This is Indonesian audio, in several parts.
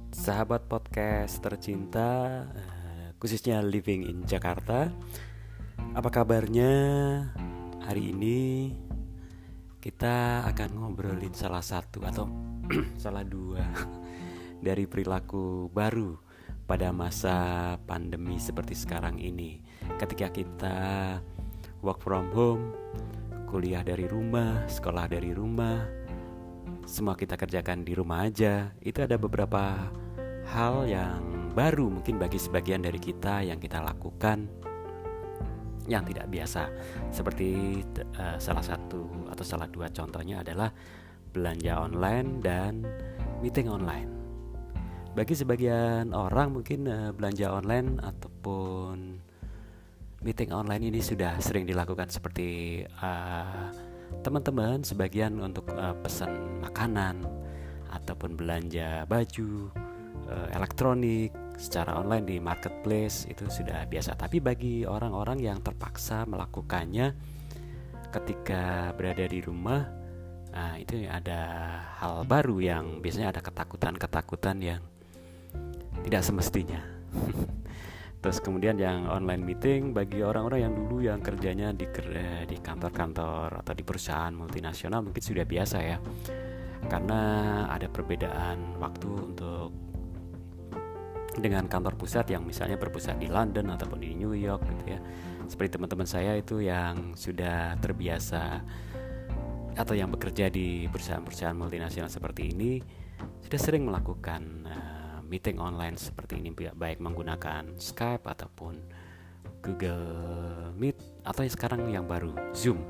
sahabat podcast tercinta, khususnya Living in Jakarta. Apa kabarnya? Hari ini kita akan ngobrolin salah satu atau salah dua dari perilaku baru pada masa pandemi seperti sekarang ini. Ketika kita work from home, kuliah dari rumah, sekolah dari rumah, semua kita kerjakan di rumah aja. Itu ada beberapa hal yang baru mungkin bagi sebagian dari kita yang kita lakukan yang tidak biasa. Seperti salah satu atau salah dua contohnya adalah belanja online dan meeting online. Bagi sebagian orang mungkin belanja online ataupun meeting online ini sudah sering dilakukan, seperti teman-teman sebagian untuk pesan makanan ataupun belanja baju elektronik secara online di marketplace, itu sudah biasa. Tapi bagi orang-orang yang terpaksa melakukannya ketika berada di rumah, itu ada hal baru yang biasanya ada ketakutan-ketakutan yang tidak semestinya. Terus kemudian yang online meeting, bagi orang-orang yang dulu yang kerjanya di kantor-kantor atau di perusahaan multinasional mungkin sudah biasa ya, karena ada perbedaan waktu untuk dengan kantor pusat yang misalnya berpusat di London ataupun di New York gitu ya. Seperti teman-teman saya itu yang sudah terbiasa atau yang bekerja di perusahaan-perusahaan multinasional seperti ini sudah sering melakukan meeting online seperti ini, baik menggunakan Skype ataupun Google Meet atau sekarang yang baru Zoom.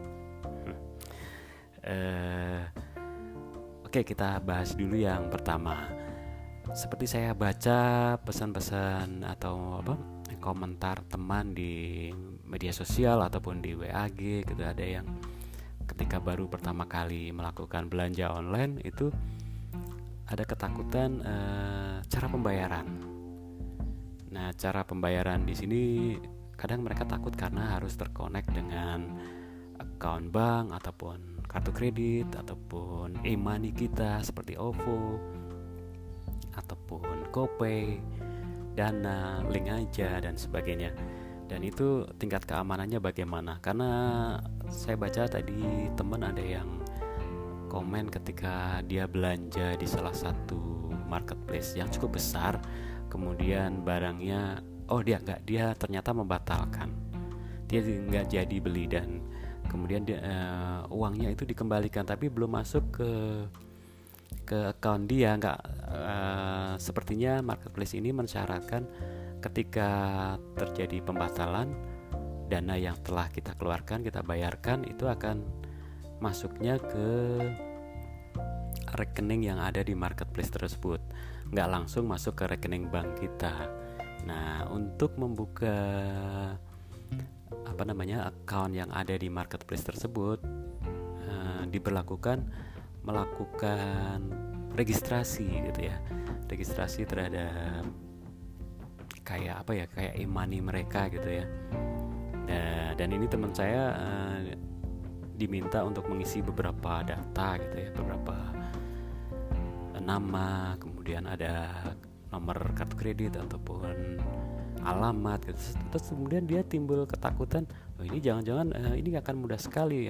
Oke, kita bahas dulu yang pertama. Seperti saya baca pesan-pesan atau komentar teman di media sosial ataupun di WAG gitu, ada yang ketika baru pertama kali melakukan belanja online itu ada ketakutan cara pembayaran. Nah, cara pembayaran di sini kadang mereka takut karena harus terkonek dengan account bank ataupun kartu kredit ataupun e-money kita seperti OVO ataupun GoPay, Dana, Link Aja dan sebagainya. Dan itu tingkat keamanannya bagaimana? Karena saya baca tadi teman ada yang komen ketika dia belanja di salah satu marketplace yang cukup besar, kemudian barangnya dia ternyata membatalkan, dia nggak jadi beli, dan kemudian uangnya itu dikembalikan tapi belum masuk ke account dia. Sepertinya marketplace ini mensyaratkan ketika terjadi pembatalan, dana yang telah kita keluarkan, kita bayarkan, itu akan masuknya ke rekening yang ada di marketplace tersebut, nggak langsung masuk ke rekening bank kita. Nah, untuk membuka account yang ada di marketplace tersebut, diberlakukan melakukan registrasi gitu ya, registrasi terhadap kayak e-money mereka gitu ya. Dan ini teman saya diminta untuk mengisi beberapa data gitu ya, beberapa nama, kemudian ada nomor kartu kredit ataupun alamat gitu. Terus kemudian dia timbul ketakutan, ini jangan-jangan ini akan mudah sekali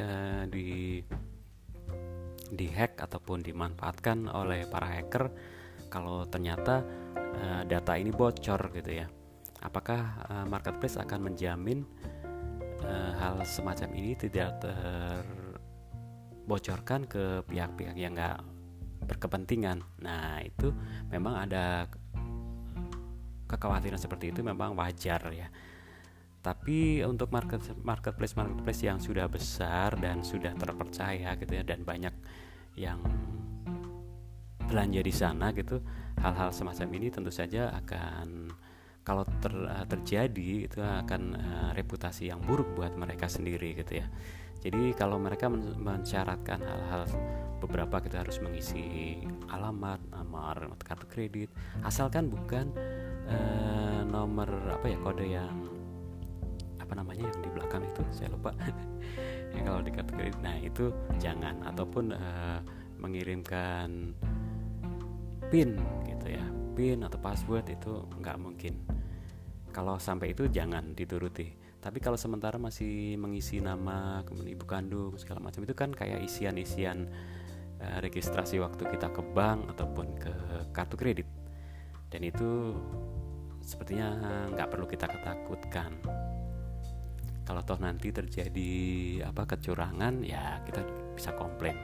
di hack ataupun dimanfaatkan oleh para hacker kalau ternyata data ini bocor gitu ya. Apakah marketplace akan menjamin hal semacam ini tidak terbocorkan ke pihak-pihak yang nggak berkepentingan? Nah, itu memang ada kekhawatiran seperti itu, memang wajar ya. Tapi untuk marketplace yang sudah besar dan sudah terpercaya gitu ya, dan banyak yang belanja di sana gitu, hal-hal semacam ini tentu saja akan, kalau terjadi itu akan reputasi yang buruk buat mereka sendiri gitu ya. Jadi kalau mereka mensyaratkan hal-hal beberapa, kita harus mengisi alamat, nomor kartu kredit, asalkan bukan nomor kode yang yang di belakang itu saya lupa ya, kalau di kartu kredit. Nah, itu jangan, ataupun mengirimkan PIN gitu ya, PIN atau password itu nggak mungkin. Kalau sampai itu jangan dituruti. Tapi kalau sementara masih mengisi nama, kemudian ibu kandung segala macam, itu kan kayak isian-isian registrasi waktu kita ke bank ataupun ke kartu kredit. Dan itu sepertinya nggak perlu kita ketakutkan. Kalau toh nanti terjadi kecurangan, ya kita bisa komplain.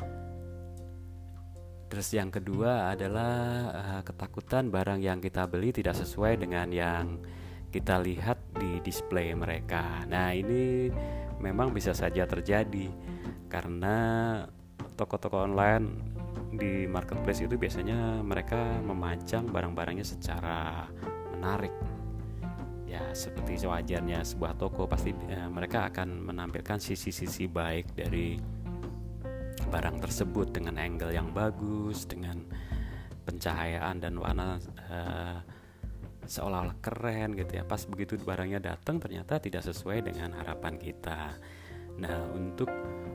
Terus yang kedua adalah ketakutan barang yang kita beli tidak sesuai dengan yang kita lihat di display mereka. Nah, ini memang bisa saja terjadi karena toko-toko online di marketplace itu biasanya mereka memajang barang-barangnya secara menarik. Ya, seperti sewajarnya sebuah toko, pasti mereka akan menampilkan sisi-sisi baik dari barang tersebut dengan angle yang bagus, dengan pencahayaan dan warna seolah-olah keren gitu ya. Pas begitu barangnya datang ternyata tidak sesuai dengan harapan kita. Nah, untuk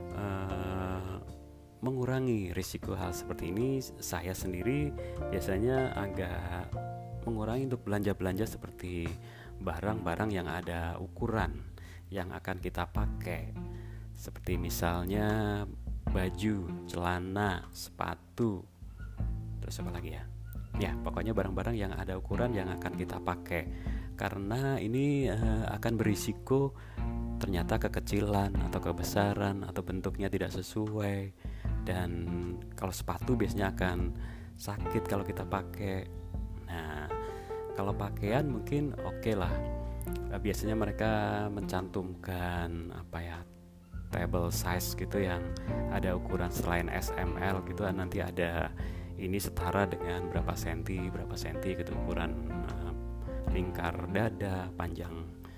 mengurangi risiko hal seperti ini, saya sendiri biasanya agak mengurangi untuk belanja-belanja seperti barang-barang yang ada ukuran yang akan kita pakai. Seperti misalnya baju, celana, sepatu, terus apa lagi ya? Ya, pokoknya barang-barang yang ada ukuran yang akan kita pakai. Karena ini akan berisiko ternyata kekecilan atau kebesaran atau bentuknya tidak sesuai. Dan kalau sepatu biasanya akan sakit kalau kita pakai. Nah, kalau pakaian mungkin oke lah. Biasanya mereka mencantumkan table size gitu yang ada ukuran selain SML gitu, nanti ada ini setara dengan berapa senti gitu ukuran lingkar dada, panjang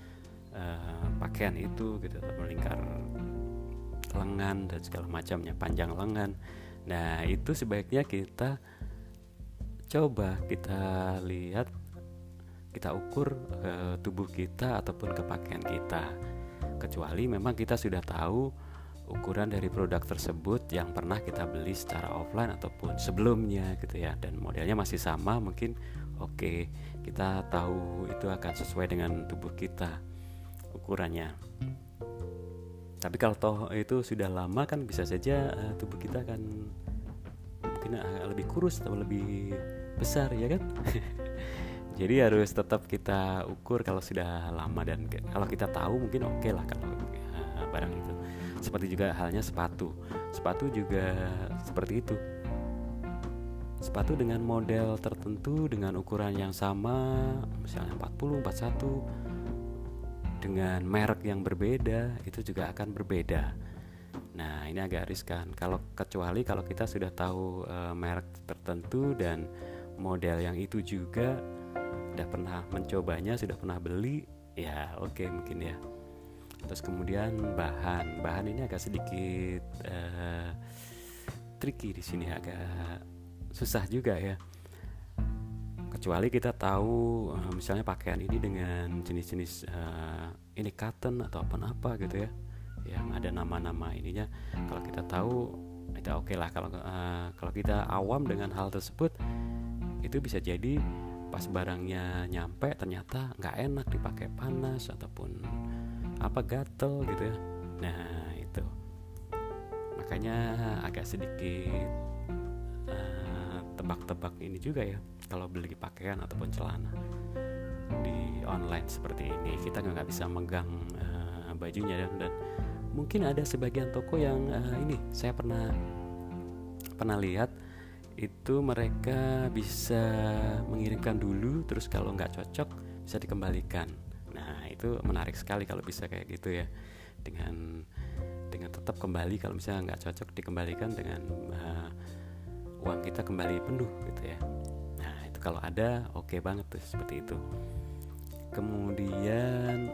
pakaian itu gitu, atau lingkar lengan dan segala macamnya, panjang lengan. Nah, itu sebaiknya kita coba kita lihat, kita ukur tubuh kita ataupun ke pakaian kita. Kecuali memang kita sudah tahu ukuran dari produk tersebut yang pernah kita beli secara offline ataupun sebelumnya gitu ya, dan modelnya masih sama, mungkin oke, kita tahu itu akan sesuai dengan tubuh kita ukurannya. Tapi kalau toh itu sudah lama kan bisa saja tubuh kita akan mungkin lebih kurus atau lebih besar, ya kan? Jadi harus tetap kita ukur kalau sudah lama, dan kalau kita tahu mungkin oke lah kalau barang itu. Seperti juga halnya sepatu juga seperti itu. Sepatu dengan model tertentu dengan ukuran yang sama, misalnya 40, 41, dengan merek yang berbeda, itu juga akan berbeda. Nah, ini agak riskan kecuali kalau kita sudah tahu merek tertentu dan model yang itu juga sudah pernah mencobanya, sudah pernah beli, ya oke mungkin ya. Terus kemudian bahan ini agak sedikit tricky di sini, agak susah juga ya. Kecuali kita tahu misalnya pakaian ini dengan jenis-jenis ini cotton atau apa gitu ya, yang ada nama-nama ininya. Kalau kita tahu itu oke lah. Kalau kita awam dengan hal tersebut, itu bisa jadi pas barangnya nyampe ternyata nggak enak dipakai, panas ataupun gatel gitu ya. Nah, itu makanya agak sedikit tebak-tebak ini juga ya kalau beli pakaian ataupun celana di online seperti ini. Kita nggak bisa megang bajunya, dan mungkin ada sebagian toko yang ini saya pernah lihat itu mereka bisa mengirimkan dulu, terus kalau nggak cocok bisa dikembalikan. Nah, itu menarik sekali kalau bisa kayak gitu ya, dengan tetap kembali kalau misalnya nggak cocok, dikembalikan dengan uang kita kembali penuh gitu ya. Nah, itu kalau ada oke banget tuh seperti itu. Kemudian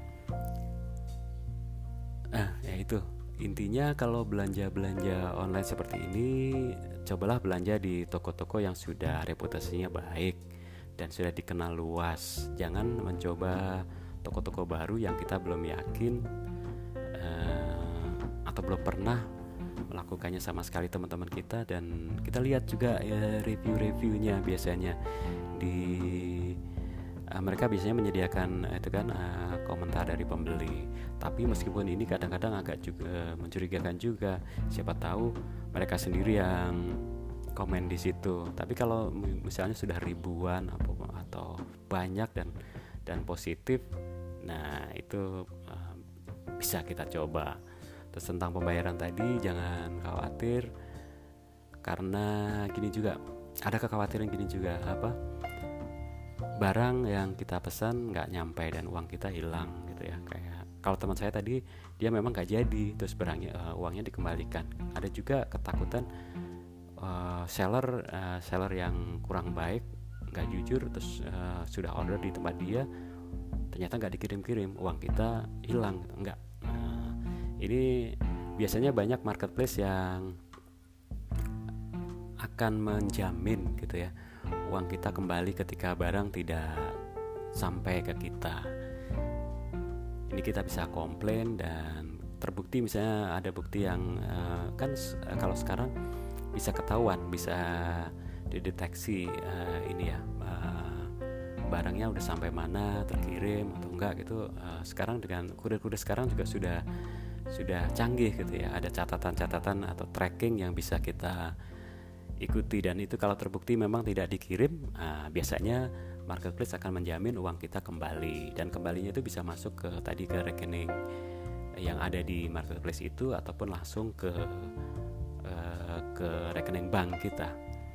ya itu intinya, kalau belanja online seperti ini, cobalah belanja di toko-toko yang sudah reputasinya baik dan sudah dikenal luas. Jangan mencoba toko-toko baru yang kita belum yakin atau belum pernah melakukannya sama sekali teman-teman kita, dan kita lihat juga ya review-reviewnya biasanya di mereka biasanya menyediakan itu kan komentar dari pembeli. Tapi meskipun ini kadang-kadang agak juga mencurigakan juga, siapa tahu mereka sendiri yang komen di situ. Tapi kalau misalnya sudah ribuan atau banyak dan positif, nah itu bisa kita coba. Terus tentang pembayaran tadi, jangan khawatir, karena gini juga, ada kekhawatiran gini juga, barang yang kita pesan nggak nyampe dan uang kita hilang gitu ya. Kayak kalau teman saya tadi, dia memang nggak jadi, terus uangnya dikembalikan. Ada juga ketakutan seller yang kurang baik, nggak jujur, terus sudah order di tempat dia, ternyata nggak dikirim-kirim, uang kita hilang gitu. Nggak. Ini biasanya banyak marketplace yang akan menjamin gitu ya, uang kita kembali ketika barang tidak sampai ke kita. Ini kita bisa komplain dan terbukti, misalnya ada bukti yang kalau sekarang bisa ketahuan, bisa dideteksi ini ya, barangnya udah sampai mana, terkirim atau enggak gitu. Sekarang dengan kurir-kurir sekarang juga sudah canggih gitu ya, ada catatan-catatan atau tracking yang bisa kita ikuti, dan itu kalau terbukti memang tidak dikirim, biasanya marketplace akan menjamin uang kita kembali, dan kembalinya itu bisa masuk ke rekening yang ada di marketplace itu, ataupun langsung ke rekening bank kita.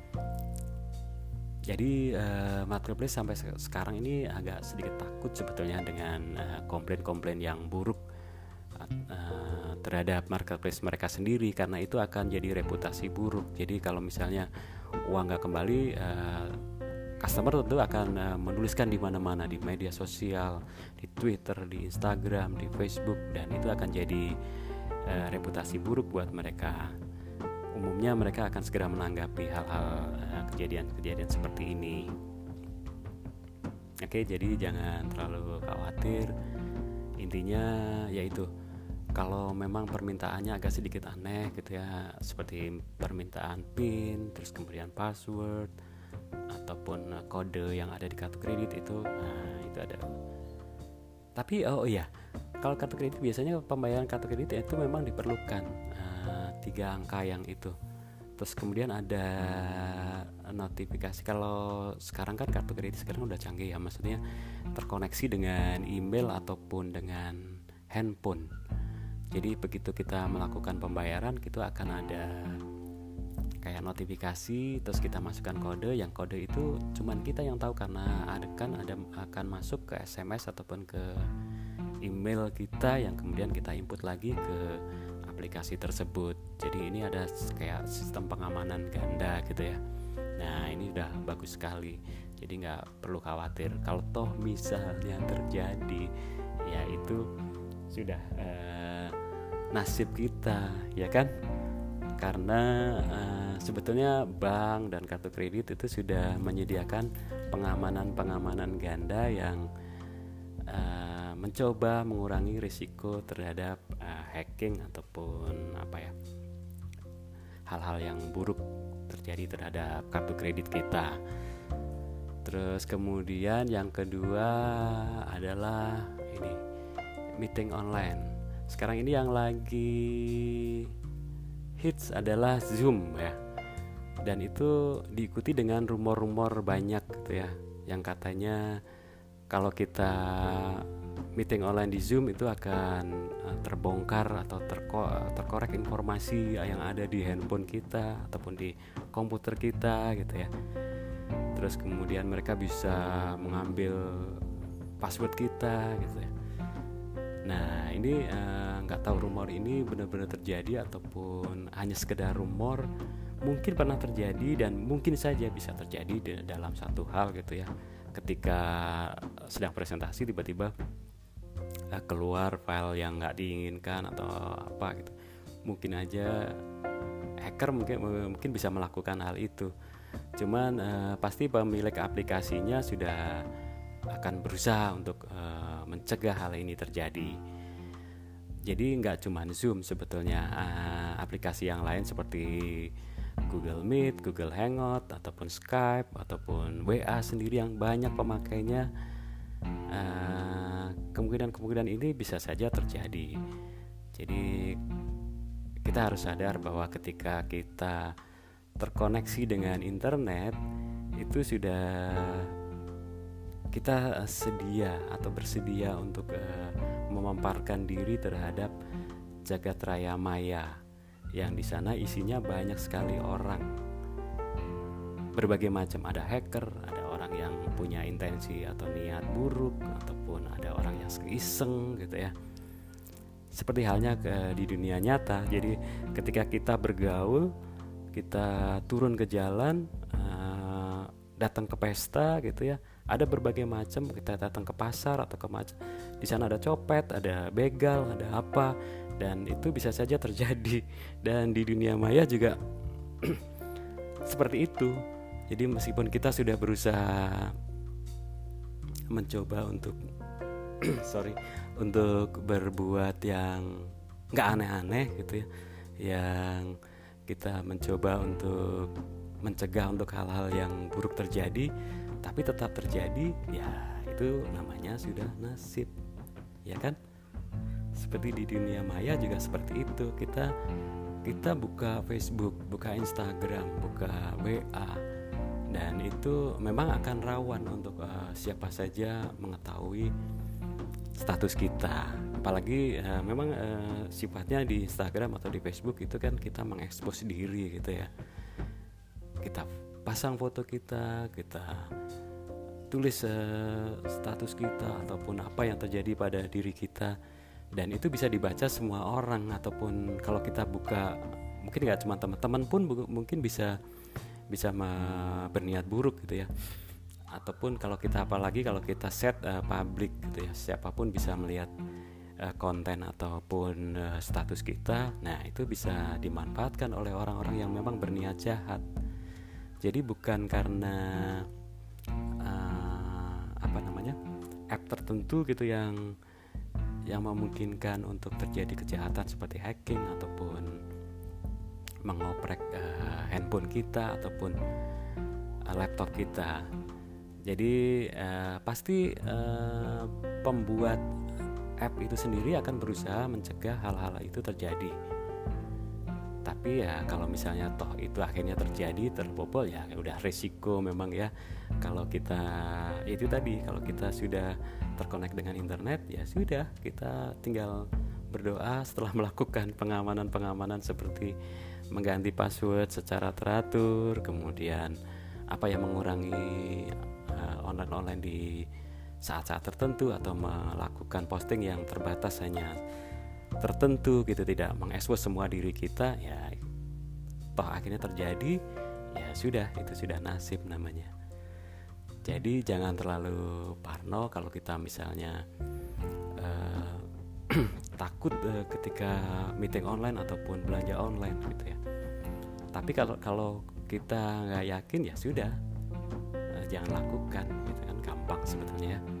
Jadi marketplace sampai sekarang ini agak sedikit takut sebetulnya dengan komplain-komplain yang buruk terhadap marketplace mereka sendiri, karena itu akan jadi reputasi buruk. Jadi kalau misalnya uang nggak kembali, customer tentu akan menuliskan di mana-mana, di media sosial, di Twitter, di Instagram, di Facebook, dan itu akan jadi reputasi buruk buat mereka. Umumnya mereka akan segera menanggapi hal-hal kejadian-kejadian seperti ini. Oke, jadi jangan terlalu khawatir. Intinya yaitu, kalau memang permintaannya agak sedikit aneh gitu ya, seperti permintaan PIN, terus kemudian password, ataupun kode yang ada di kartu kredit itu ada. Tapi kalau kartu kredit biasanya pembayaran kartu kredit itu memang diperlukan 3 angka yang itu. Terus kemudian ada notifikasi. Kalau sekarang kan kartu kredit sekarang udah canggih ya, maksudnya terkoneksi dengan email ataupun dengan handphone. Jadi begitu kita melakukan pembayaran, itu akan ada kayak notifikasi, terus kita masukkan kode, yang kode itu cuman kita yang tahu, karena akan masuk ke SMS ataupun ke email kita, yang kemudian kita input lagi ke aplikasi tersebut. Jadi ini ada kayak sistem pengamanan ganda gitu ya. Nah ini udah bagus sekali, jadi nggak perlu khawatir. Kalau toh misalnya terjadi, ya itu sudah nasib kita, ya kan? Karena sebetulnya bank dan kartu kredit itu sudah menyediakan pengamanan ganda yang mencoba mengurangi risiko terhadap hacking ataupun hal-hal yang buruk terjadi terhadap kartu kredit kita. Terus kemudian yang kedua adalah ini, meeting online. Sekarang ini yang lagi hits adalah Zoom ya, dan itu diikuti dengan rumor-rumor banyak gitu ya, yang katanya kalau kita meeting online di Zoom itu akan terbongkar atau terkorek informasi yang ada di handphone kita ataupun di komputer kita gitu ya. Terus kemudian mereka bisa mengambil password kita gitu ya. Nah ini nggak tahu rumor ini benar-benar terjadi ataupun hanya sekedar rumor. Mungkin pernah terjadi dan mungkin saja bisa terjadi dalam satu hal gitu ya. Ketika sedang presentasi tiba-tiba keluar file yang nggak diinginkan atau apa gitu. Mungkin aja hacker mungkin bisa melakukan hal itu. Cuman pasti pemilik aplikasinya sudah akan berusaha untuk mencegah hal ini terjadi. Jadi nggak cuma Zoom sebetulnya, aplikasi yang lain seperti Google Meet, Google Hangout, ataupun Skype, ataupun WA sendiri yang banyak pemakainya, kemungkinan-kemungkinan ini bisa saja terjadi. Jadi kita harus sadar bahwa ketika kita terkoneksi dengan internet, itu sudah kita sedia atau bersedia untuk memamparkan diri terhadap jagat raya maya, yang di sana isinya banyak sekali orang berbagai macam. Ada hacker, ada orang yang punya intensi atau niat buruk, ataupun ada orang yang iseng gitu ya. Seperti halnya di dunia nyata. Jadi ketika kita bergaul, kita turun ke jalan, datang ke pesta gitu ya, ada berbagai macam. Kita datang ke pasar atau ke macam, di sana ada copet, ada begal, ada apa, dan itu bisa saja terjadi. Dan di dunia maya juga seperti itu. Jadi meskipun kita sudah berusaha mencoba untuk untuk berbuat yang nggak aneh-aneh gitu ya, yang kita mencoba untuk mencegah untuk hal-hal yang buruk terjadi, tapi tetap terjadi, ya itu namanya sudah nasib, ya kan? Seperti di dunia maya juga seperti itu. Kita buka Facebook, buka Instagram, buka WA, dan itu memang akan rawan untuk siapa saja mengetahui status kita. Apalagi memang sifatnya di Instagram atau di Facebook itu kan kita mengekspos diri gitu ya. Kita pasang foto kita tulis status kita ataupun apa yang terjadi pada diri kita, dan itu bisa dibaca semua orang. Ataupun kalau kita buka, mungkin nggak cuma teman-teman pun mungkin bisa berniat buruk gitu ya. Ataupun kalau kita, apalagi kalau kita set public gitu ya, siapapun bisa melihat konten ataupun status kita. Nah itu bisa dimanfaatkan oleh orang-orang yang memang berniat jahat. Jadi bukan karena app tertentu gitu yang memungkinkan untuk terjadi kejahatan seperti hacking ataupun mengoprek handphone kita ataupun laptop kita. Jadi pasti pembuat app itu sendiri akan berusaha mencegah hal-hal itu terjadi. Tapi ya kalau misalnya toh itu akhirnya terjadi, terbobol, ya udah resiko memang ya. Kalau kita itu tadi, kalau kita sudah terkonek dengan internet, ya sudah, kita tinggal berdoa setelah melakukan pengamanan seperti mengganti password secara teratur, kemudian mengurangi online di saat-saat tertentu, atau melakukan posting yang terbatas hanya tertentu gitu, tidak mengekspos semua diri kita. Ya toh akhirnya terjadi, ya sudah, itu sudah nasib namanya. Jadi jangan terlalu parno kalau kita misalnya takut ketika meeting online ataupun belanja online gitu ya. Tapi kalau kita nggak yakin, ya sudah, jangan lakukan gitu kan, gampang sebetulnya ya.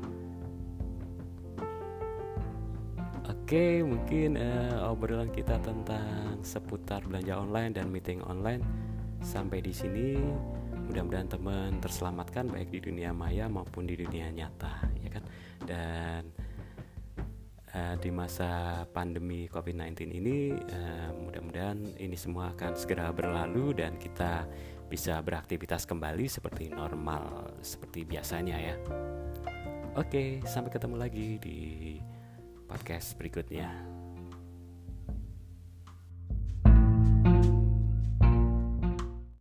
Oke, mungkin obrolan kita tentang seputar belanja online dan meeting online sampai di sini. Mudah-mudahan teman terselamatkan baik di dunia maya maupun di dunia nyata, ya kan. Dan di masa pandemi COVID-19 ini, mudah-mudahan ini semua akan segera berlalu dan kita bisa beraktivitas kembali seperti normal, seperti biasanya ya. Oke, sampai ketemu lagi di podcast berikutnya.